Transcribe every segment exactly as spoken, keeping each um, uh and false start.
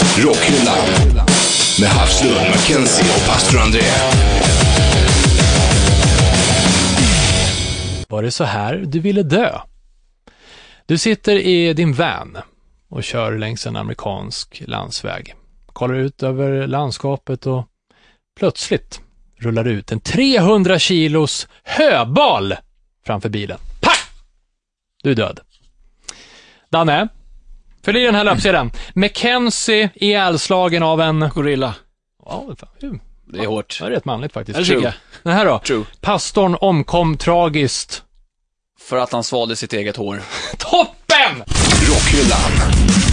Rockhyllan med Havslund, Mackenzie och pastor André. Var det så här du ville dö? Du sitter i din van och kör längs en amerikansk landsväg. Kollar ut över landskapet och plötsligt rullar ut en trehundra kilos höbal framför bilen. Pang! Du är död. Danne, fyll i den här löpsedeln. Mackenzie är ihjälslagen av en gorilla. Ja, fan, det är hårt. Det är rätt manligt faktiskt. Det tycker jag. Den här då. True. Pastorn omkom tragiskt. För att han svalde sitt eget hår. Toppen! Rockhyllan.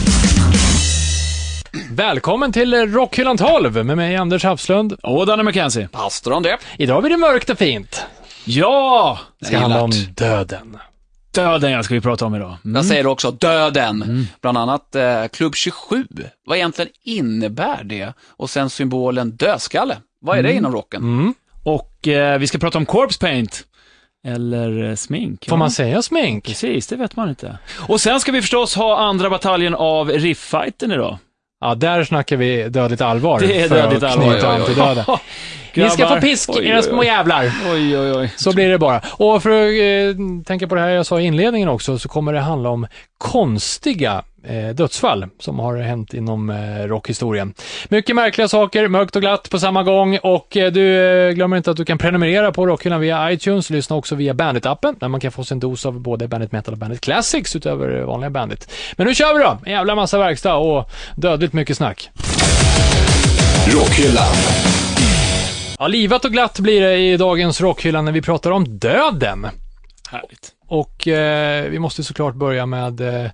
Välkommen till Rockhyllan tolv med mig Anders Havslund och Danne Mackenzie. Pastor André. Idag blir det mörkt och fint. Ja! Det ska handla om döden. Döden jag ska vi prata om idag. Mm. Jag säger också döden. Mm. Bland annat eh, Klubb tjugosju. Vad egentligen innebär det? Och sen symbolen dödskalle. Vad är det mm. inom rocken? Mm. Och eh, vi ska prata om corpse paint. Eller smink. Får ja. man säga smink? Precis, det vet man inte. Och sen ska vi förstås ha andra bataljen av rifffighten idag. Ja, där snackar vi dödligt allvar. Det är dödligt allvar. Till döden. Ni ska få pisk, oj, era små jävlar. Oj, oj, oj. Så blir det bara. Och för att eh, tänka på det här jag sa i inledningen också, så kommer det handla om konstiga eh, dödsfall som har hänt inom eh, rockhistorien. Mycket märkliga saker, mörkt och glatt på samma gång. Och eh, du eh, glömmer inte att du kan prenumerera på Rockhyllan via iTunes. Lyssna också via Bandit-appen, där man kan få sin dos av både Bandit Metal och Bandit Classics utöver vanliga Bandit. Men nu kör vi då! En jävla massa verkstad och dödligt mycket snack. Rockhyllan. Ja, livat och glatt blir det i dagens Rockhyllan när vi pratar om döden. Härligt. Och eh, vi måste såklart börja med eh,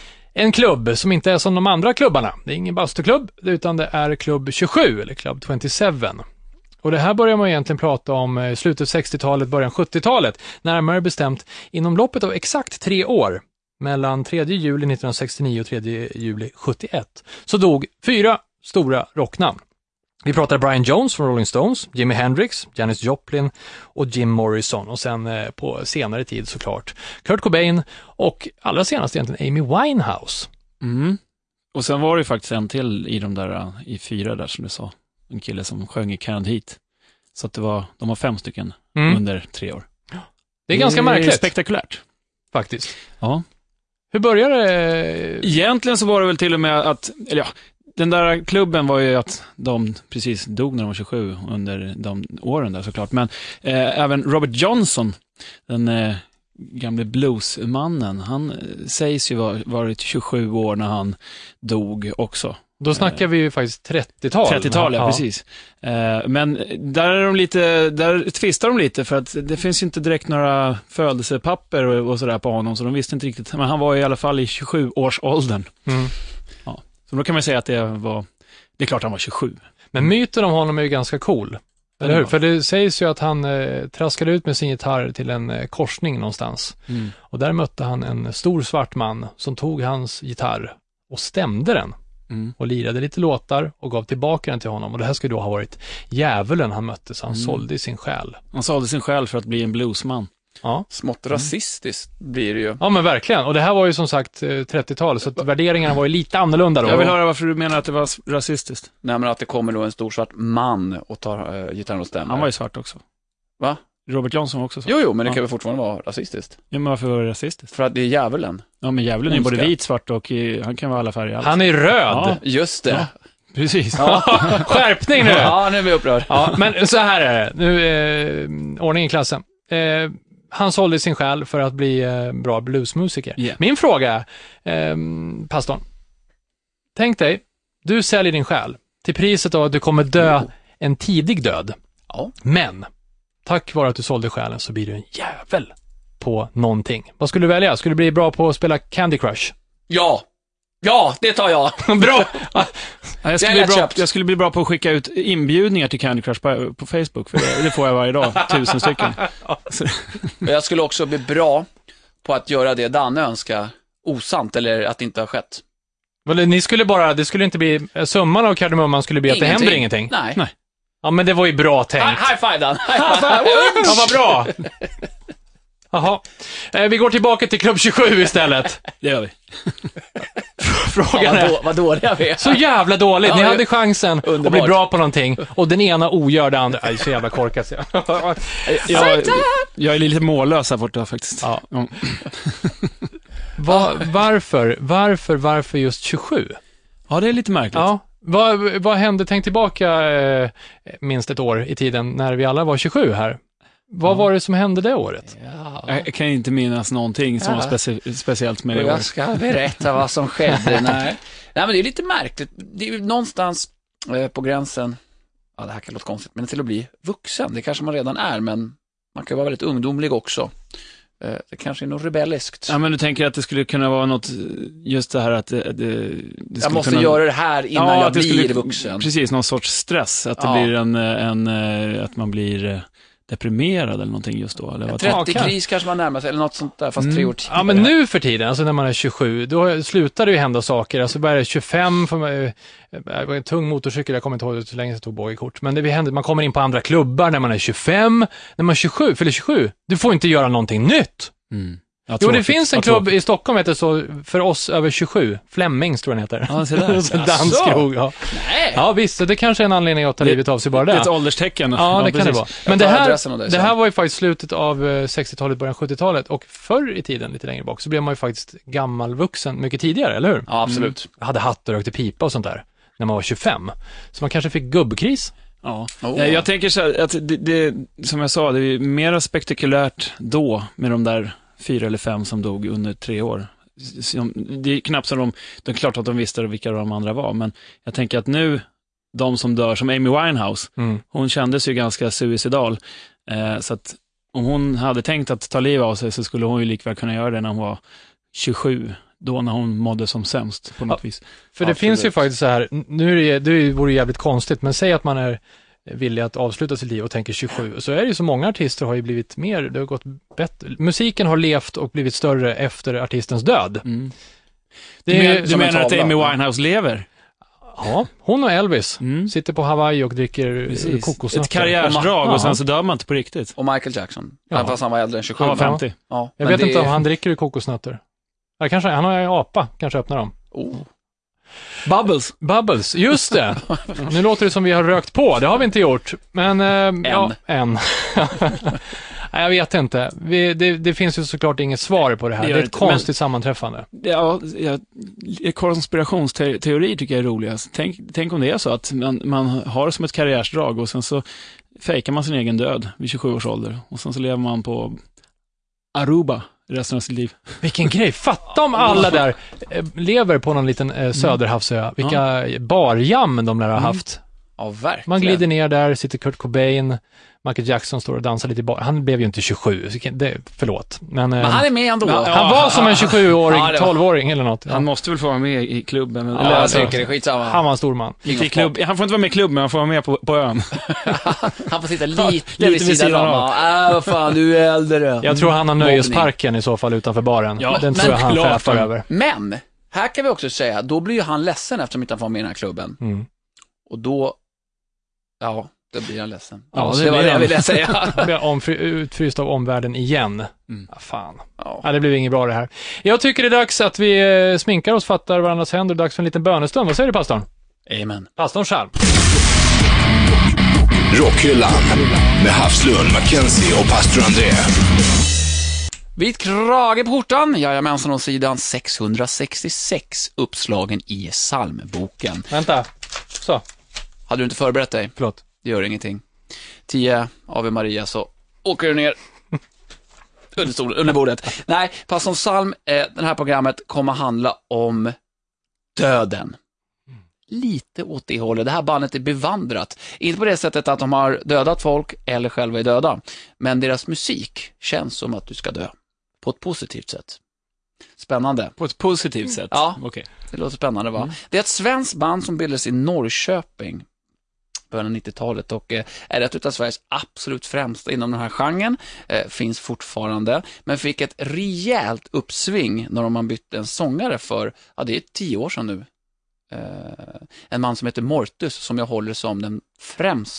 en klubb som inte är som de andra klubbarna. Det är ingen bastuklubb, utan det är klubb tjugosju, eller klubb tjugosju. Och det här börjar man egentligen prata om eh, slutet sextiotalet, början sjuttiotalet. Närmare bestämt inom loppet av exakt tre år, mellan tredje juli nittonhundrasextionio och tredje juli sjuttioett, så dog fyra stora rocknamn. Vi pratade Brian Jones från Rolling Stones, Jimi Hendrix, Janis Joplin och Jim Morrison. Och sen eh, på senare tid såklart Kurt Cobain och allra senast egentligen Amy Winehouse. Mm. Och sen var det ju faktiskt en till i de där, i fyra där som du sa. En kille som sjöng i Canned Heat. Så att det var, de var fem stycken mm. under tre år. Det är ganska märkligt. Det är spektakulärt. Faktiskt. Ja. Hur började det? Egentligen så var det väl till och med att, eller ja, den där klubben var ju att de precis dog när de var tjugosju under de åren där såklart. Men eh, även Robert Johnson, den eh, gamle bluesmannen, han eh, sägs ju var, varit tjugosju år när han dog också. Då snackar vi ju faktiskt trettiotal. trettiotal, ja, ja. Precis. Eh, men där är de lite, där tvistar de lite för att det finns inte direkt några födelsepapper och, och sådär på honom, så de visste inte riktigt. Men han var i alla fall i tjugosju-årsåldern. Mm. Ja. Så då kan man säga att det var, det är klart han var tjugosju. Men myten om honom är ju ganska cool. Eller hur? För det sägs ju att han eh, traskade ut med sin gitarr till en eh, korsning någonstans. Mm. Och där mötte han en stor svart man som tog hans gitarr och stämde den. Mm. Och lirade lite låtar och gav tillbaka den till honom. Och det här skulle då ha varit djävulen han mötte, så han mm. sålde sin själ. Han sålde sin själ för att bli en bluesman. Ja. Smått rasistiskt blir det ju. Ja, men verkligen. Och det här var ju som sagt trettiotal, så att värderingarna var ju lite annorlunda då. Jag vill höra varför du menar att det var rasistiskt. Nej, men att det kommer då en stor svart man och tar uh, gitarren och stämmer. Han var ju svart också. Va? Robert Johnson var också svart. Jo, jo, men det ja. kan väl fortfarande vara rasistiskt. Ja, men varför var det rasistiskt? För att det är djävulen. Ja, men djävulen är både vit, svart och i, han kan vara alla färger. Han är röd. Ja, just det. Ja. Precis. Ja. Skärpning nu. Ja, nu är vi upprörd. Ja, men så här är det. Nu eh, ordning i klassen. Eh, han sålde sin själ för att bli eh, bra bluesmusiker. Yeah. Min fråga är, eh, pastorn. Tänk dig, du säljer din själ till priset av att du kommer dö oh. en tidig död. Ja. Men tack vare att du sålde själen så blir du en jävel på någonting. Vad skulle du välja? Skulle du bli bra på att spela Candy Crush? Ja. Ja, det tar jag. Bra. Jag skulle, bli bra, jag skulle bli bra på att skicka ut inbjudningar till Candy Crush på, på Facebook. För det, det får jag varje dag, tusen stycken. Jag skulle också bli bra på att göra det Danne önskar osant, eller att det inte har skett. Ni skulle bara, det skulle inte bli, summan av kardemumman skulle bli att ingenting. Det händer ingenting. Nej. Nej. Ja, men det var ju bra tänkt. High five, Dan. Ja, vad bra. Jaha. Eh, vi går tillbaka till klubb tjugosju istället. Det gör vi. Frågan Ja, vad, är... då, vad dåliga vi är. Så jävla dåligt. Ni Ja, hade chansen att bli underbart. bra på någonting. Och den ena ogör det andra. Aj, så jävla korkat. Jag, jag är lite mållös här borta faktiskt. Ja. Ja. Va, varför? Varför? Varför just tjugosju? Ja, det är lite märkligt. Ja. Vad, vad hände? Tänk tillbaka eh, minst ett år i tiden när vi alla var tjugosju här. Vad var det som hände det året? Ja. Jag kan inte minnas någonting som Ja. var speci- speciellt med det Jag året. ska berätta vad som skedde. Nej. Nej, men det är lite märkligt. Det är ju någonstans eh, på gränsen, ja det här kan låta konstigt, men till att bli vuxen. Det kanske man redan är, men man kan vara väldigt ungdomlig också. Eh, det kanske är något rebelliskt. Ja, men du tänker att det skulle kunna vara något, just det här att det, det, det jag skulle måste kunna... göra det här innan Ja, jag att det blir skulle- vuxen. Precis, någon sorts stress. Att det Ja. blir en, en, eh, att man blir eh, deprimerad eller någonting just då. Eller vad Ja, trettio-kris kanske man närmar sig, eller något sånt där, fast Mm. tre år tidigare. Ja, men nu för tiden, alltså när man är tjugosju, då slutar det ju hända saker. Alltså börjar det tjugofem, för man, eh, det var en tung motorcykel, jag kommer inte ihåg hur länge jag tog bogeytkort. Men det händer, man kommer in på andra klubbar när man är tjugofem, när man är tjugosju, fyller tjugosju. Du får inte göra någonting nytt. Mm. Ja, Jo, det tråkigt. finns en Ja, klubb tråkigt. i Stockholm, heter så, för oss över tjugosju. Flemings tror jag den heter. Ja, se där. Så dansk krog, ja. Nej. Ja, visst, så det kanske är en anledning att ta Det- livet av sig bara Det är det. ett ålderstecken. Ja, det kan det precis. vara. Men tar det här, adressen av dig det sen. här var ju faktiskt slutet av eh, sextiotalet, början sjuttiotalet. Och förr i tiden, lite längre bak, så blev man ju faktiskt gammalvuxen mycket tidigare, eller hur? Ja, absolut. Jag hade hatt och rökte pipa och sånt där när man var tjugofem. Så man kanske fick gubbkris. Ja. Oh. Nej, jag tänker så här, att det, det, som jag sa, det är mer spektakulärt då med de där fyra eller fem som dog under tre år. Som- Det är knappt som de, det är klart att de visste vilka de andra var, men jag tänker att nu, de som dör, som Amy Winehouse, Mm. hon kändes ju ganska suicidal, eh, så att om hon hade tänkt att ta liv av sig så skulle hon ju likväl kunna göra det när hon var tjugosju, då när hon mådde som sämst på något Ja. vis. För det Absolut. finns ju faktiskt så här, nu är det, det vore jävligt konstigt, men säg att man är villig att avsluta sitt liv och tänker tjugosju, så är det ju så många artister har ju blivit mer, det har gått bättre. Musiken har levt och blivit större efter artistens död. Mm. Det Du, är, men, du som en menar att tavla. Amy Winehouse lever? ja, hon och Elvis Mm. sitter på Hawaii och dricker Precis. kokosnötter. Ett karriärsdrag Ja. och sen så dör man inte på riktigt. Och Michael Jackson. Ja. Även fast han var äldre än tjugosju. Han var Ja. femtio. Ja, Jag men vet det inte om är- han dricker kokosnötter. Ja, kanske, han har ju apa, kanske öppnar dem. Oh. Bubbles. Bubbles, just det. Nu låter det som vi har rökt på, det har vi inte gjort. Men, eh, ja, en. Nej, jag vet inte. Vi, det, det finns ju såklart inget svar på det här. Det Det, gör är ett inte, men- konstigt sammanträffande. Ja, ja, konspirationsteori tycker jag är roligast. Tänk, tänk om det är så att man, man har som ett karriärsdrag och sen så fejkar man sin egen död vid tjugosju års ålder och sen så lever man på Aruba resten av sitt liv. Vilken grej. Fatta om alla där eh, lever på någon liten eh, söderhavsö. Vilka barjam de lär ha haft. Ja, verkligen. Man glider ner där, sitter Kurt Cobain, Michael Jackson står och dansar lite i bar. Han blev ju inte tjugosju, så kan- det, förlåt. Men, eh, Men han är med ändå. Ja, han var som en tjugosjuåring, Ja, det var- tolvåring eller något. Ja. Han måste väl få vara med i klubben. Men, Ja, eller, jag alltså, tycker det är skitsamma. Han var en stor man. inte i klubb. Han får inte vara med i klubben, men han får vara med på, på ön. Han får sitta lite, lite vid sidan av. Ah, vad fan, du är äldre. Jag tror han har Mobbning. nöjesparken i så fall utanför baren. Ja, Den men tror jag han klart fäfar han- över. Men, här kan vi också säga, då blir ju han ledsen eftersom inte han får med i den här klubben. Mm. Och då, ja, då blir han ledsen. Ja, Ja, det det var blir det jag han. ville säga. Jag blir omfry- utfryst av omvärlden igen. Mm. Ja, fan. Ja. Ja, det blev inget bra det här. Jag tycker det är dags att vi eh, sminkar oss, fattar varandras händer. Dags för en liten bönestund. Vad säger du, pastorn? Amen. Pastorn Chalm. Rockhyllan med Havslund, Mackenzie och pastor André. Vit krage på skjortan, jajamensan, och sidan sexhundrasextiosex, uppslagen i psalmboken. Vänta. Så, Hade du inte förberett dig? förlåt. Det gör ingenting. tio Ave Maria, så åker du ner under, stolen, under bordet. Nej, pastorn Psalm, eh, det här programmet kommer handla om döden. Lite åt det hållet. Det här bandet är bevandrat. Inte på det sättet att de har dödat folk eller själva är döda. Men deras musik känns som att du ska dö. På ett positivt sätt. Spännande. På ett positivt sätt. Ja. Okej. Det låter spännande, va? Det är ett svenskt band som bildades i Norrköping början av nittiotalet och eh, är ett av Sveriges absolut främsta inom den här genren. Eh, finns fortfarande, men fick ett rejält uppsving när man bytte en sångare för, ja, det är tio år sedan nu. Eh, en man som heter Mortus, som jag håller som den främsta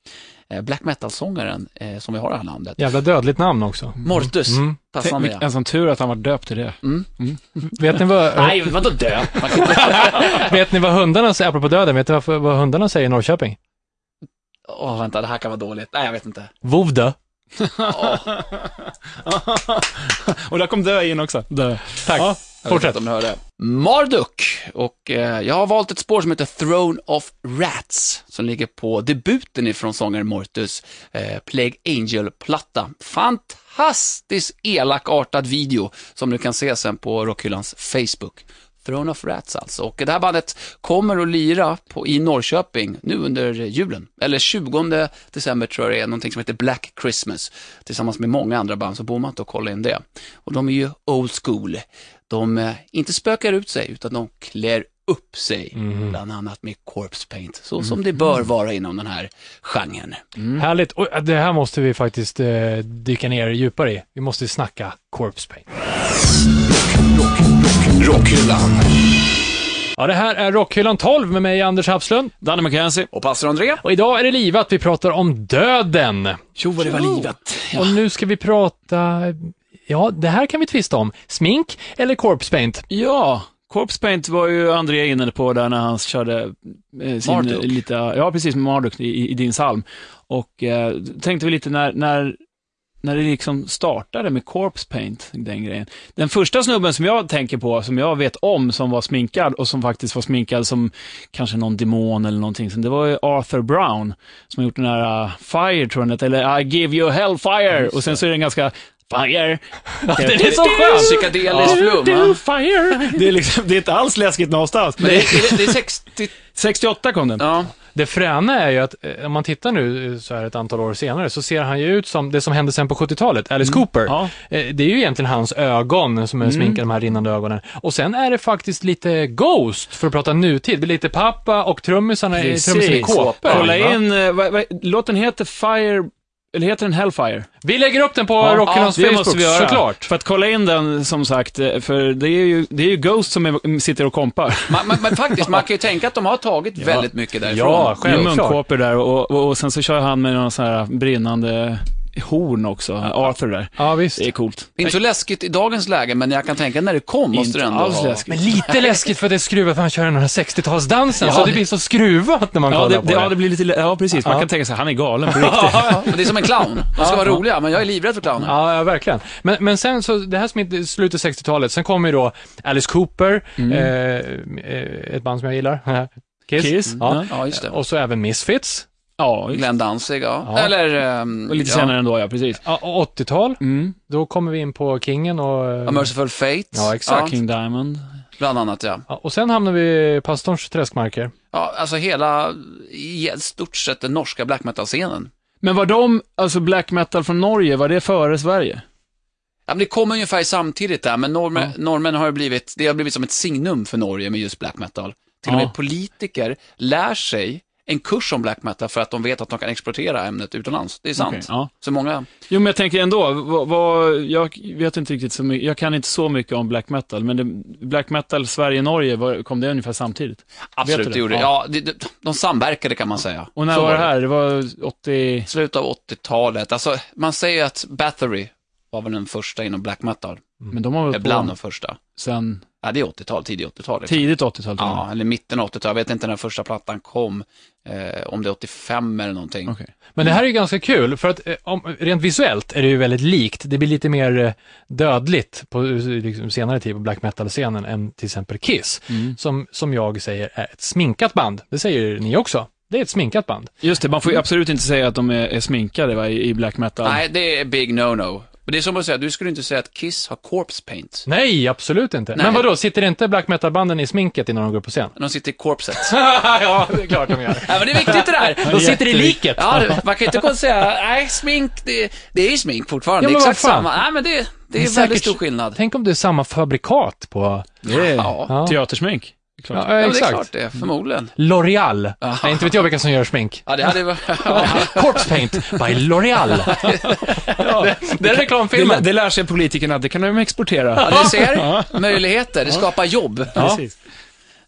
eh, black metal-sångaren eh, som vi har i det här landet. Jävla dödligt namn också. Mortus, Mm. passande Tänk, ja. en sån tur att han var döpt till det. Mm. Vet ni vad, Nej, vadå dö? Man kan inte... vet ni vad hundarna säger, apropå döden, vet ni vad, vad hundarna säger i Norrköping? Åh, vänta, det här kan vara dåligt. Nej, jag vet inte. Vovdö. Åh, Och där kom dö in också. Dö. Tack. Ja. jag vet Fortsätt. inte om ni hörde. Marduk. Och eh, jag har valt ett spår som heter Throne of Rats. Som ligger på debuten ifrån sångaren Mortus. Eh, Plague Angel-platta. Fantastiskt elakartad video. Som du kan se sen på Rockhyllans Facebook. Throne of Rats alltså. Och det här bandet kommer att lira på, i Norrköping nu under julen. Eller tjugonde december tror jag det är. Någonting som heter Black Christmas. Tillsammans med många andra band, så borde man inte kolla in det. Och de är ju old school. De eh, inte spökar ut sig utan de klär upp sig. Mm. Bland annat med corpse paint. Så som det bör vara inom den här genren. Härligt. Och det här måste vi faktiskt eh, dyka ner djupare i. Vi måste snacka corpse paint. Rockhyllan. Ja, det här är Rockhyllan tolv med mig, Anders Hafslund. Danny McKenzie. Och pastor André. Och idag är det livat. Vi pratar om döden. Tjo vad det var livet. Och nu ska vi prata... Ja, det här kan vi tvista om. Smink eller corpse paint? Ja, Corpse Paint var ju André inne på där när han körde eh, sin Marduk. lite, ja precis, med Marduk i, i din psalm. Och eh, tänkte vi lite när, när, när det liksom startade med Corpse Paint, den grejen. Den första snubben som jag tänker på, som jag vet om, som var sminkad och som faktiskt var sminkad som kanske någon demon eller någonting, så det var ju Arthur Brown som har gjort den här uh, Fire, tror jag, eller I give you hellfire, och sen så är den ganska Fire. Det är så skönt! Psykedelisk flum. Do va? fire. Det är liksom, det är inte alls läskigt någonstans. Men det, är, det är sextio... sextioåtta kom den. Ja. Det fräna är ju att eh, om man tittar nu eh, så här ett antal år senare så ser han ju ut som det som hände sen på sjuttiotalet, Alice Cooper. Ja. Eh, Det är ju egentligen hans ögon som är sminkade, de här rinnande ögonen. Och sen är det faktiskt lite Ghost, för att prata nutid. Det är lite pappa och trummisarna i trummisen i kåpor. Kolla va? in, eh, vad, vad, låten heter Fire, eller heter den Hellfire? Vi lägger upp den på Ja, Rockhyllans ja, det Facebook, måste vi göra. såklart. För att kolla in den, som sagt, eh, för det är ju, det är ju Ghost som är, sitter och kompar. Man, man, men faktiskt, man kan ju tänka att de har tagit väldigt mycket därifrån. Ja, Det är självklart. munkåpor där och, och, och sen så kör han med någon sån här brinnande horn också, Arthur där. Ja, visst. Det är coolt. Inte så läskigt i dagens läge, men jag kan tänka när det kom måste Inte det ändå alls ha... läskigt. Men lite läskigt för att det är skruvat, för han kör den här sextiotalsdansen, Ja, så det det- blir så skruvat när man Ja, kollar det, på det, det. ja, det blir lite, ja precis. Man Ja. kan tänka sig, han är galen på riktigt. Ja, men det är som en clown. Man ska vara roliga, men jag är livrädd för clowner. Ja, ja, verkligen. Men, men sen så, det här som är slutet sextiotalet, sen kommer ju då Alice Cooper, Mm. eh, eh, ett band som jag gillar. Kiss. Kiss. Ja. Ja, just det. Och så även Misfits. Ja, just. Glenn Danzig, ja. Ja. Eller... Um, Och lite ja. senare ändå, ja, precis. Ja, och åttiotal, Mm. då kommer vi in på Kingen och... eh, A Merciful Fate. Ja, exakt. King Diamond. Bland annat, ja. Ja, och sen hamnar vi i pastorns träskmarker. Ja, alltså hela, i stort sett den norska black metal-scenen. Men var de, alltså black metal från Norge, var det före Sverige? Ja, men det kommer ungefär samtidigt där, men norr, Ja. norrmän har ju blivit, det har blivit som ett signum för Norge med just black metal. Till och Ja. med politiker lär sig en kurs om black metal för att de vet att de kan exportera ämnet utomlands. Det är sant. Okej, ja. Så många... Jo, men jag tänker ändå, vad, vad, jag vet inte riktigt så mycket, jag kan inte så mycket om black metal, men det, black metal Sverige-Norge, var, kom det ungefär samtidigt? Absolut, Vet du det det? gjorde det. Ja. Ja, det, det, de samverkade kan man säga. Och när Så var det här? Det var åttio... Slutet av åttiotalet. Alltså, man säger att Bathory var väl den första inom black metal. Men de har Är varit bland på de första. sen Ja, det är åttiotal, tidigt åttiotal. Liksom. tidigt åttiotal. tror jag. Ja, eller mitten av åttiotal. Jag vet inte när den första plattan kom. Eh, om det är åttiofem eller någonting. Okej. Men det här är ju ganska kul, för att eh, om, rent visuellt är det ju väldigt likt. Det blir lite mer eh, dödligt på eh, liksom, senare tid på black metal-scenen än till exempel Kiss. Mm. Som, som jag säger är ett sminkat band. Det säger ni också. Det är ett sminkat band. Just det, man får ju absolut inte säga att de är, är sminkade va, i, i black metal. Nej, det är big no-no. Men det är som att säga, du skulle inte säga att Kiss har corpse paint. Nej, absolut inte. Nej. Men vadå, sitter inte black metal-banden i sminket innan de går på scen? De sitter i corpset. Ja, det är klart de gör. Ja, men det är viktigt det där. De sitter i liket. Ja, det, man kan inte gå och säga, nej, smink, det, det är ju smink fortfarande. Ja, det är men exakt vad fan? samma. Nej, men det, det är, Det är väldigt säkert- stor skillnad. Tänk om det är samma fabrikat på... Det är Ja. Ja. teatersmink. Klart. Ja, Ja, men det är exakt. klart det, förmodligen. L'Oreal. Nej, inte vet jag vilka som gör smink. Ja, det hade varit... Corpse Paint by L'Oreal. Ja. Det är Det, reklamfilmen. det lär sig politikerna, det kan de exportera. Ja, du ser, möjligheter, det skapar jobb. Precis.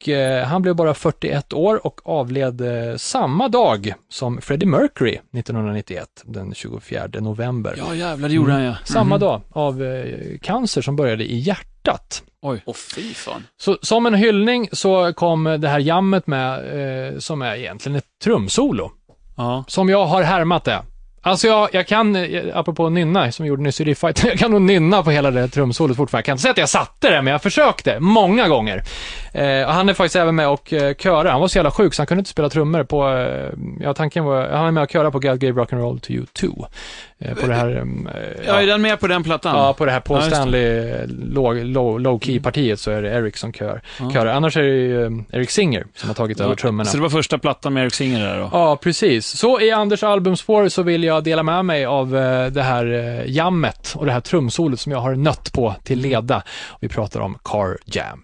Och eh, han blev bara fyrtioett år och avled eh, samma dag som Freddie Mercury nittonhundranittioett, den tjugofjärde november. Ja, jävlar, det gjorde han, ja. Samma dag av eh, cancer som började i hjärtat. Oj. Åh, fy fan. Så som en hyllning så kom det här jammet med eh, som är egentligen ett trumsolo. Ja. Som jag har härmat det. Alltså jag, jag kan, eh, apropå nynna som gjorde nyss i Rifffight, jag kan nog nynna på hela det trumsolet fortfarande. Jag kan inte säga att jag satte det, men jag försökte många gånger. Eh, och han är faktiskt även med och eh, köra. Han var så jävla sjuk så han kunde inte spela trummor på, eh, ja tanken var, han är med och köra på God Gave Rock'n'Roll to You Too. Eh, på det här, eh, Ja, är den med på den plattan? Ja, på det här Paul Ja, just det. Stanley low, low, low key partiet så är det Eric som kör. kör. Annars är det ju um, Eric Singer som har tagit över trummorna. Så det var första plattan med Eric Singer där då? Ja, precis. Så i Anders albumspår så vill jag dela med mig av uh, det här uh, jammet och det här trumsolet som jag har nött på till leda. Och vi pratar om Car Jam.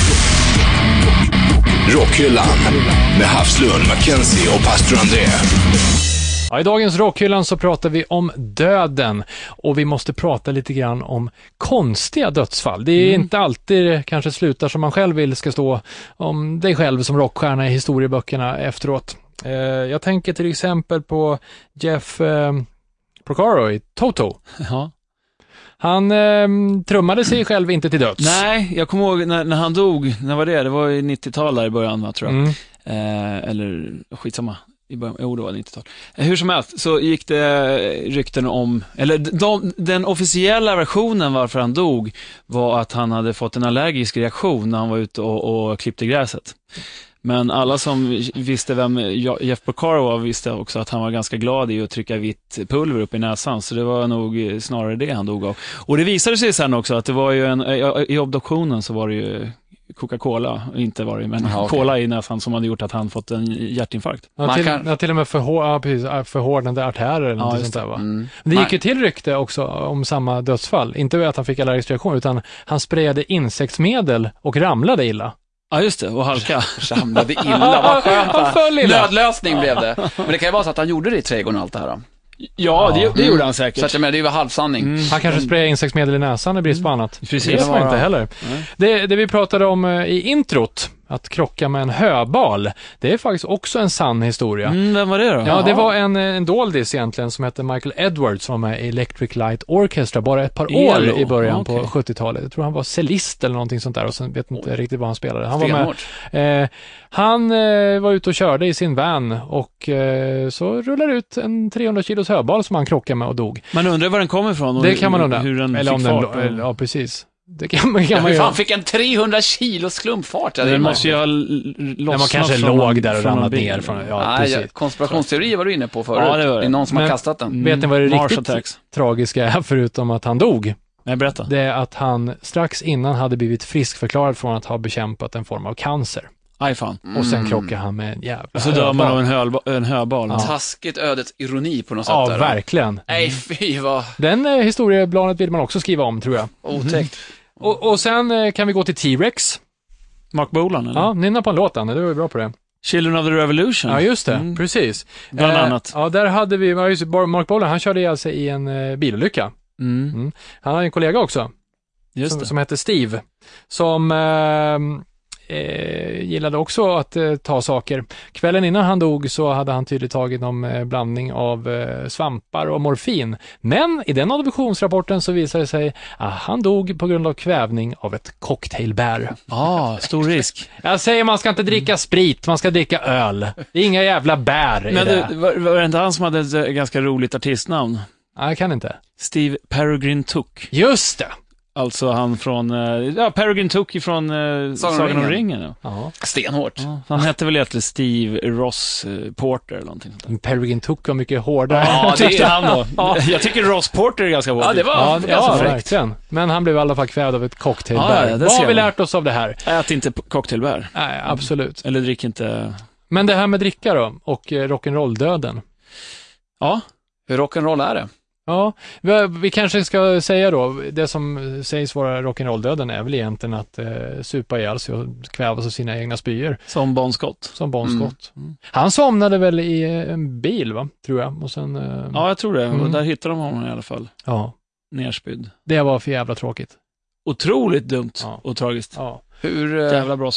Rockhyllan med Havslund, Mackenzie och pastor André. Ja, i dagens rockhyllan så pratar vi om döden och vi måste prata lite grann om konstiga dödsfall. Det är mm. inte alltid kanske slutar som man själv vill ska stå om dig själv som rockstjärna i historieböckerna efteråt. Eh, jag tänker till exempel på Jeff eh, Porcaro i Toto. Ja. Han eh, trummade sig själv inte till döds. Nej, jag kommer ihåg när, när han dog, när var det? Det var i nittiotalet där i början, va, tror jag. Mm. Eh, eller skitsamma. I början, jo, det var nittiotal. Hur som helst så gick det rykten om, eller de, den officiella versionen varför han dog var att han hade fått en allergisk reaktion när han var ute och, och klippte gräset. Men alla som visste vem Jeff Porcaro var visste också att han var ganska glad i att trycka vitt pulver upp i näsan, så det var nog snarare det han dog av. Och det visade sig sen också att det var ju en, i obduktionen så var det ju Coca-Cola, inte var det, men Aha, okay. cola i näsan som hade gjort att han fått en hjärtinfarkt. Ja, till, kan... ja, till och med förhår, ja, precis, förhårdande artärer eller Ja, något just sånt där, va? Mm. Det gick ju till rykte också om samma dödsfall. Inte att han fick allergisk reaktion, utan han sprayade insektsmedel och ramlade illa. Ja, just det, och halka. Ramlade illa, vad skönt. Han föll illa. Nödlösning blev det. Men det kan ju vara så att han gjorde det i trädgården och allt det här. Då. Ja, det, det gjorde han säkert. Så att, jag menar, det var halvsanning. Mm. Han kanske sprayade insektsmedel i näsan i brist på annat. Precis. Det vet man inte heller. Nej. Det, det vi pratade om eh, i introt, att krocka med en höbal, det är faktiskt också en sann historia. Mm, vem var det då? Ja, det var en, en doldis egentligen som hette Michael Edwards som var med i Electric Light Orchestra bara ett par år Elo. i början Okay. på sjuttiotalet. Jag tror han var cellist eller någonting sånt där och sen vet inte Oj. riktigt vad han spelade. Han var Stenhårt. med. Eh, han eh, var ute och körde i sin van och eh, så rullar ut en trehundra kilos höbal som han krockade med och dog. Man undrar var den kommer ifrån och Det kan man undra. hur den eller fick om fart. den, eller, ja, precis. Det kan man, kan Ja, man hur ju. fan fick en trehundra kilos klumpfart? Ja, Den det måste ju ha Nej, lossnat man kanske från låg en- där och från en ramlat bil. ner från, ja, Nej, precis. ja, konspirationsteorier var du inne på förut. Ja, det var det. det är någon som Men- har kastat den. Mm. Vet ni vad det Mars riktigt attacks. tragiska är förutom att han dog? Nej, berätta. Det är att han strax innan hade blivit friskförklarad från att ha bekämpat en form av cancer. Aj fan. Och sen krockade han med en jävla Och så dör man höbal. av en, hölba, en höbal. Ja. Taskigt ödets ironi på något sätt. Ja, där, då. verkligen. Nej, fy vad Den eh, historiebladet vill man också skriva om, tror jag. otäckt. Och, och sen eh, kan vi gå till T-Rex. Mark Bolan, eller? Ja, nynna på en låt, Anne. Du var ju bra på det. Children of the Revolution. Ja, just det. Mm. Precis. Bland Eh, annat. Ja, där hade vi, ja, just, det, Mark Bolan, han körde ihjäl sig i en eh, bilolycka. Mm. Mm. Han hade en kollega också. Just som, det. som hette Steve, som eh, eh, gillade också att eh, ta saker. Kvällen innan han dog så hade han tydligt tagit någon eh, blandning av eh, svampar och morfin. Men i den obduktionsrapporten så visade det sig att han dog på grund av kvävning av ett cocktailbär. Ah, stor risk. Jag säger man ska inte dricka sprit, man ska dricka öl. Det är inga jävla bär i Men det. du, var, var det inte han som hade ett eh, ganska roligt artistnamn? Nej, jag kan inte. Steve Peregrine Took. Just det! Alltså han från, eh, ja, Peregrine Took ifrån eh, Sagan om Sagan om ringen. ringen. Ja. Ja. Stenhårt. Ja, han hette väl egentligen Steve Ross eh, Porter eller någonting sånt där. Peregrine Took var mycket hårdare. Ja, det är- tyckte han då. Jag tycker Ross Porter är ganska hård. Ja, det var Ja, ganska ja fräckt. verkligen. Men han blev i alla fall kvävd av ett cocktailbär. Ja, ja, det Vad ser har vi man. lärt oss av det här? Ät inte p- cocktailbär. Nej, absolut. Eller drick inte... Men det här med dricka då, och eh, rock'n'roll-döden. Ja, Hur rock'n'roll är det? Ja, vi, vi kanske ska säga då, det som sägs vara rock'n'roll-döden är väl egentligen att eh, supa ihjäl sig och kvävas av sina egna spyor, som Bon Scott. som Bon Scott. Mm. Han somnade väl i eh, en bil, va? Tror jag. Och sen, eh, Ja, jag tror det. Mm. Och där hittade de honom i alla fall. ja, Nerspydd. det var för jävla tråkigt. Otroligt dumt Ja. och tragiskt. Ja. Hur, eh, Jävla bra sångare.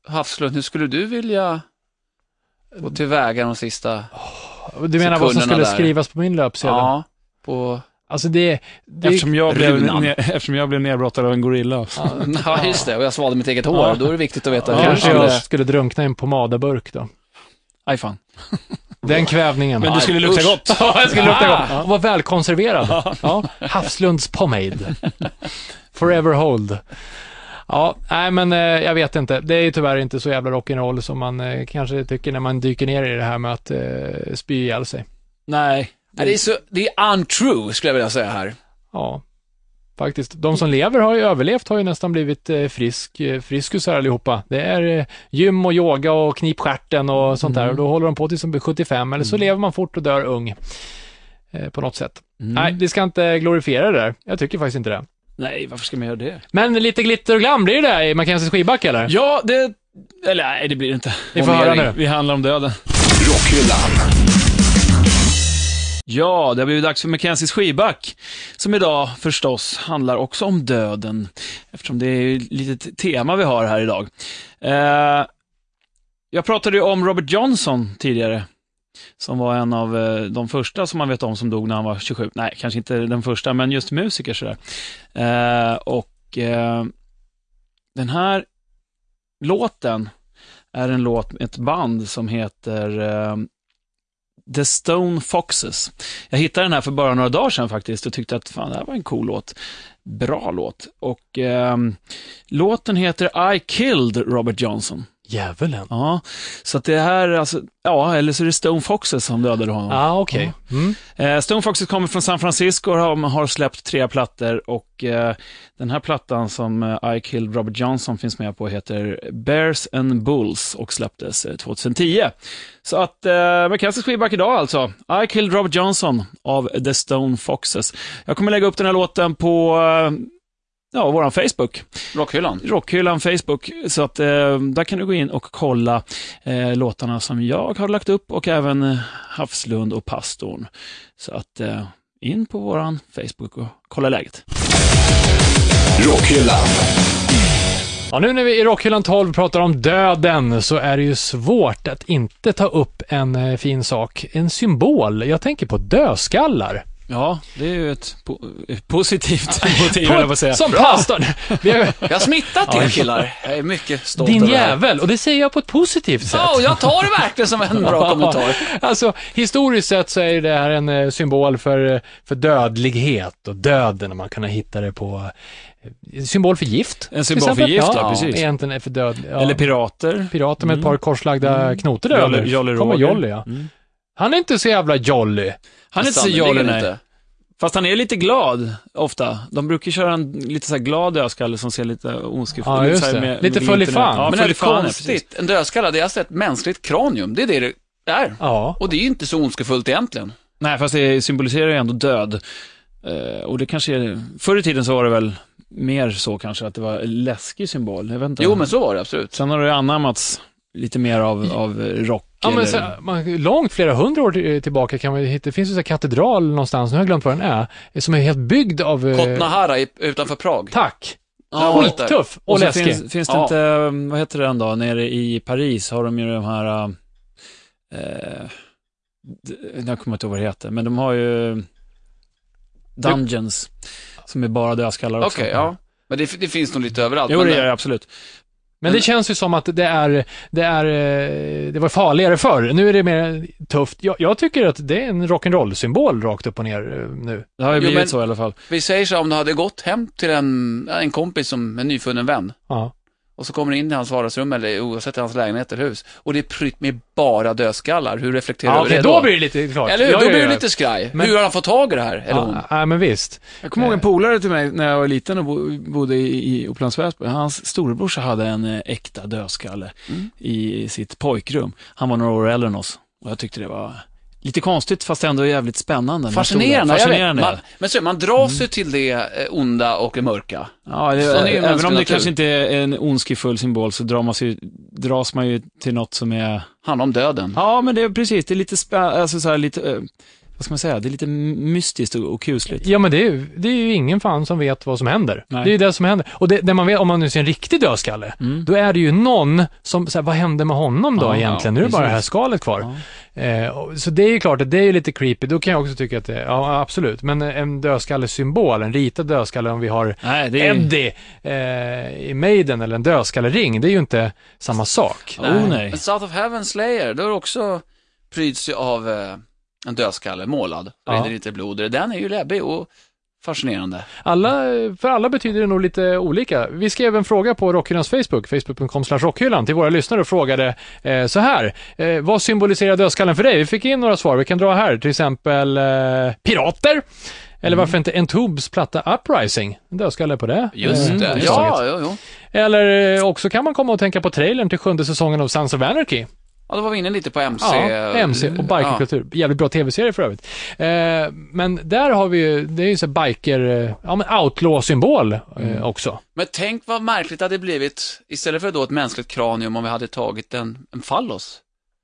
Havslund, hur skulle du vilja gå tillväga de sista Du menar vad som skulle där. skrivas på min löpsedel? Ja, på... Alltså det... det Eftersom jag, blev, runan. ne, eftersom jag blev nedbrottad av en gorilla. Ja, just det. Och jag svalde mitt eget hår. Ja. Då är det viktigt att veta Ja, hur kanske skulle... jag skulle drunkna i en pomadaburk då. Aj fan. Den kvävningen. Men du skulle lukta usch. gott. Ja, jag skulle lukta gott. Ah. Och vara välkonserverad. Ja, Havslunds pomade. Forever hold. Ja, nej men eh, jag vet inte. Det är ju tyvärr inte så jävla rock'n'roll som man eh, kanske tycker när man dyker ner i det här med att eh, spy ihjäl sig. Nej. Nej, det är så, det är untrue skulle jag vilja säga här. Ja, faktiskt. De som lever har ju överlevt, har ju nästan blivit eh, frisk, eh, friskusar allihopa. Det är eh, gym och yoga och knipstjärten och sånt där. Och då håller de på tills de blir sjuttiofem. Eller så lever man fort och dör ung. Eh, på något sätt. Mm. Nej, vi ska inte glorifiera det där. Jag tycker faktiskt inte det. Nej, varför ska man göra det? Men lite glitter och glam, blir det där i Mackenzies skivback eller? Ja, det... Eller nej, det blir det inte. Vi får höra nu. Vi handlar om döden. Rockhyllan. Ja, det har blivit dags för Mackenzies skivback, som idag förstås handlar också om döden, eftersom det är ett litet tema vi har här idag. Eh, jag pratade ju om Robert Johnson tidigare, som var en av eh, de första som man vet om som dog när han var tjugosju. Nej, kanske inte den första, men just musiker sådär. Eh, och eh, den här låten är en låt med ett band som heter... Eh, The Stone Foxes. Jag hittade den här för bara några dagar sedan faktiskt och tyckte att fan, det här var en cool låt. Bra låt. Och eh, låten heter I Killed Robert Johnson. Djävulen. Ja, så att det här, alltså, ja, eller så är det Stone Foxes som dödade honom. Ah, okej. Okay. Mm. Eh, Stone Foxes kommer från San Francisco och har, har släppt tre plattor och eh, den här plattan som eh, I Killed Robert Johnson finns med på heter Bears and Bulls och släpptes eh, tjugohundratio. Så att, eh, Mackenzies skivback idag alltså. I Killed Robert Johnson av The Stone Foxes. Jag kommer lägga upp den här låten på... Eh, Ja, våran Facebook. Rockhyllan. Rockhyllan Facebook. Så att eh, där kan du gå in och kolla eh, låtarna som jag har lagt upp och även eh, Havslund och Pastorn. Så att eh, in på våran Facebook och kolla läget. Rockhyllan. Ja, nu när vi i Rockhyllan tolv pratar om döden så är det ju svårt att inte ta upp en eh, fin sak. En symbol. Jag tänker på dödskallar. Ja, det är ju ett po- positivt motiv, vill jag bara säga. Som pastorn. Vi har, Jag har smittat er killar. Jag är mycket stolt din över det här. jävel. Och det säger jag på ett positivt sätt. Ja, och jag tar det verkligen som en bra kommentar. Alltså, historiskt sett så är det här en eh, symbol för, för dödlighet och döden. Man kan hitta det på eh, symbol för gift. En symbol för gift, ja, precis. Egentligen är för död. Ja. Eller pirater. Pirater med ett par korslagda Mm. knotor Jolly, över. Jolly Kommer Roger. Jolly, ja. Mm. Han är inte så jävla jolly. Han är inte så Sannerligen jolly, nej. inte. Fast han är lite glad, ofta. De brukar köra en lite så här glad dödskalle som ser lite ondskefull Ja, ut. just så här det. med- Lite med full i glimten fan. Ja, Men full det i är fan, ja, konstigt. precis. En dödskalle, det är alltså ett mänskligt kranium. Det är det det är. Ja. Och det är ju inte så ondskefullt egentligen. Nej, fast det symboliserar ju ändå död. Eh, och det kanske är... Förr i tiden så var det väl mer så kanske att det var en läskig symbol. Jag vet inte. Jo, men så var det absolut. Sen har det anammats lite mer av, av rock. Ja, men eller... så, man, långt flera hundra år till- tillbaka kan man hitta, det finns ju så här katedral någonstans, nu har jag glömt vad den är, som är helt byggd av... eh, Kotnahara i- utanför Prag. Tack! Ja, Skittuff och, Och så läskig. finns, finns det Ja. inte, vad heter det då, nere i Paris har de ju de här, eh, d- jag kommer inte ihåg vad det heter, men de har ju dungeons som är bara dödskallar Okej, också. ja. Men det, det finns nog lite överallt. Jo, men det gör det absolut. Men det känns ju som att det är, det är, eh, det var farligare förr. Nu är det mer tufft. Jag, jag tycker att det är en rock'n'roll-symbol rakt upp och ner eh, nu. Det har ju Jo, blivit men- så i alla fall. Vi säger så om du hade gått hem till en, en kompis som en nyfunnen vän. Ja. Och så kommer du in i hans vardagsrum eller oavsett i hans lägenhet eller hus. Och det är prytt med bara dödskallar. Hur reflekterar Ja, du okej, det då då? blir det lite klart. Eller hur? Ja, Då ja, blir ja. det lite skraj. Men- Hur har han fått tag i det här? Eller hon? Ja, ja, men visst. Jag kommer ihåg en polare till mig när jag var liten och bo, bodde i, i Upplands Väsby. Hans storebrorsa hade en eh, äkta dödskalle Mm. i sitt pojkrum. Han var några år äldre än oss. Och jag tyckte det var lite konstigt fast ändå jävligt spännande. när jag stod där. Fascinerande. jag vet. Fascinerande. Man, men så, man dras ju till det eh, onda och det mörka. Ja, det, Sån är ju även mänsklig om det natur. kanske inte är en ondskefull symbol så drar man sig, dras man ju till något som är... Handlar om döden. Ja, men det är precis, det är lite spä... alltså så här, lite... eh, vad ska man säga, det är lite mystiskt och, och kusligt. Ja, men det är, ju, det är ju ingen fan som vet vad som händer. Nej. Det är ju det som händer. Och det, det man vet, om man nu ser en riktig dödskalle, Mm. då är det ju någon som, så här, vad hände med honom då Ja, egentligen? ja, nu är det bara det här precis. skalet kvar. Ja. Eh, och- så det är ju klart att det är ju lite creepy. Då kan jag också tycka att det, ja absolut. Men en dödskallesymbol, en ritad dödskalle, om vi har Nej, det är... Eddie eh, i Maiden eller en dödskallering, det är ju inte samma sak. Oh, nej. Men South of Heaven Slayer, då är det också pryds ju av eh, en dödskalle målad. Ja. Rinner lite blod. Den är ju läbbig och fascinerande. Alla, för alla betyder det nog lite olika. Vi skrev en fråga på Rockhyllans Facebook, facebook punkt com slash rockhyllan, till våra lyssnare och frågade eh, så här. Eh, vad symboliserar dödskallen för dig? Vi fick in några svar. Vi kan dra här. Till exempel eh, pirater. Eller varför inte Entombs platta Uprising? En dödskalle på det. Just Eh, det. det är Ja, taget. jo, jo. Eller eh, också kan man komma och tänka på trailern till sjunde säsongen av Sons of Anarchy. Ja, då var vi inne lite på M C. Ja, M C och bikerkultur. Jävligt bra tv-serie för övrigt. Eh, men där har vi ju, det är ju så biker, eh, ja men outlaw-symbol eh, också. Men tänk vad märkligt det hade blivit, istället för då ett mänskligt kranium, om vi hade tagit en, en fallos.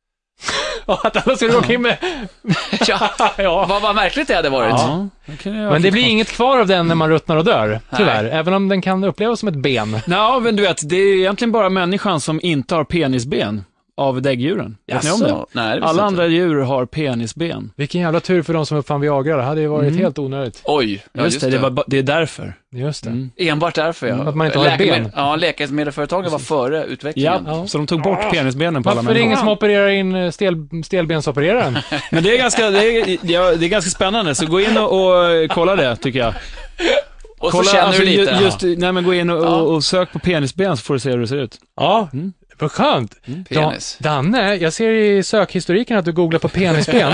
Ja, att alla skulle åka in med... Ja, ja. vad, vad märkligt det hade varit. Ja, det kan jag Men det blir inget kvar av den när man ruttnar och dör, tyvärr. Även om den kan upplevas som ett ben. Nej, men du vet, det är egentligen bara människan som inte har penisben av däggdjuren. Vet ni om det? Så, nej, det visste Alla jag andra inte. djur har penisben. Vilken jävla tur för de som uppfann Viagra. Det hade ju varit Mm. helt onödigt. Oj, ja, Just, det, det, var, ba- det är därför. Just det. Mm. enbart därför, ja. Att man inte har ett ben. Ja, läkemedelsföretagen var före Ja, utvecklingen. Ja. så de tog bort penisbenen på alla Varför är det ingen människor. som opererar in eh, stel, stelbensopereraren? Men det är, ganska, det, är, ja, det är ganska spännande, så gå in och, och kolla det, tycker jag. Och så Kolla, känner alltså, du lite. ju- Just, nej, men gå in och, Ja. och, och sök på penisben så får du se hur det ser ut. Ja, Mm. vad skönt. Penis. Da, Danne, jag ser i sökhistoriken att du googlar på penisben.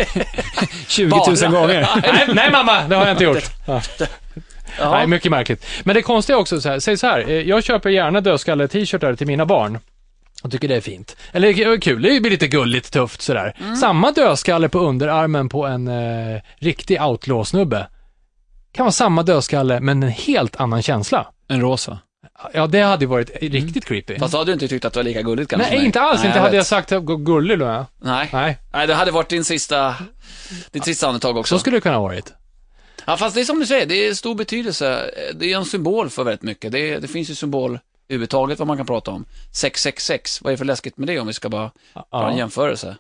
tjugo tusen gånger. nej, nej mamma, det har jag inte gjort. Ja. Ja. Nej, mycket märkligt. Men det konstiga är också så här, säg så här, eh, jag köper gärna dödskalle-t-shirtar till mina barn. Och tycker det är fint. Eller eh, kul, det blir lite gulligt, tufft sådär. Samma dödskalle på underarmen på en eh, riktig outlaw-snubbe. Kan vara samma dödskalle, men en helt annan känsla. En rosa. Ja, det hade ju varit riktigt creepy. Fast hade du inte tyckt att det var lika gulligt kanske? Nej, som inte mig? alls. Nej, inte jag hade jag vet. sagt att gå gullig då. Ja. Nej. Nej, Nej, det hade varit din sista, ditt sista andetag också. så skulle det kunna ha varit. Ja, fast det är som du säger, det är stor betydelse. Det är en symbol för väldigt mycket. Det, är, det finns ju symbol överhuvudtaget vad man kan prata om. sex sex sex, vad är det för läskigt med det om vi ska bara dra en Ja. jämförelse?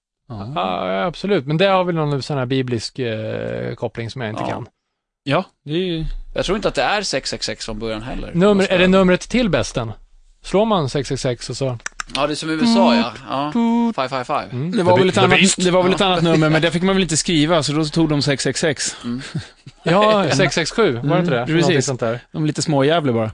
Ja, absolut. Men det har väl någon sån här biblisk eh, koppling som jag inte Ja. kan. Ja, det är ju... Jag tror inte att det är sex sex sex från början heller. Nummer, är det numret till bästen? Slår man sex sex sex och så... Ja, det är som U S A, ja. ja. Five five five. Mm. Det var, väl ett The annat, Beast. det var väl ett annat nummer, men det fick man väl inte skriva, så då tog de sex sex sex. Ja, sex sex sju, var det inte det? Mm, Någonting precis. sånt där. De är lite småjävliga bara.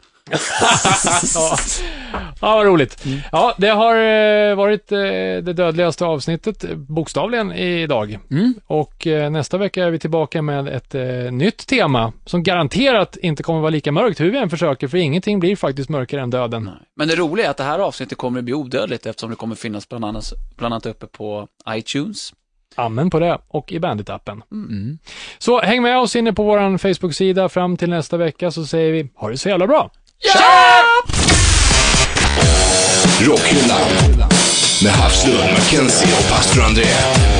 ja. ja, vad roligt. Ja, det har eh, varit eh, det dödligaste avsnittet, eh, bokstavligen, idag. Mm. Och eh, nästa vecka är vi tillbaka med ett eh, nytt tema som garanterat inte kommer vara lika mörkt hur vi än försöker, för ingenting blir faktiskt mörkare än döden. Nej. Men det roliga är att det här avsnittet kommer att bli odödligt eftersom det kommer finnas bland annat, bland annat uppe på iTunes. Amen på det, och i Bandit-appen. Mm. Så häng med oss inne på vår Facebook-sida fram till nästa vecka, så säger vi, ha det så jävla bra! Rockhyllan med Havslund, Mackenzie och pastor André.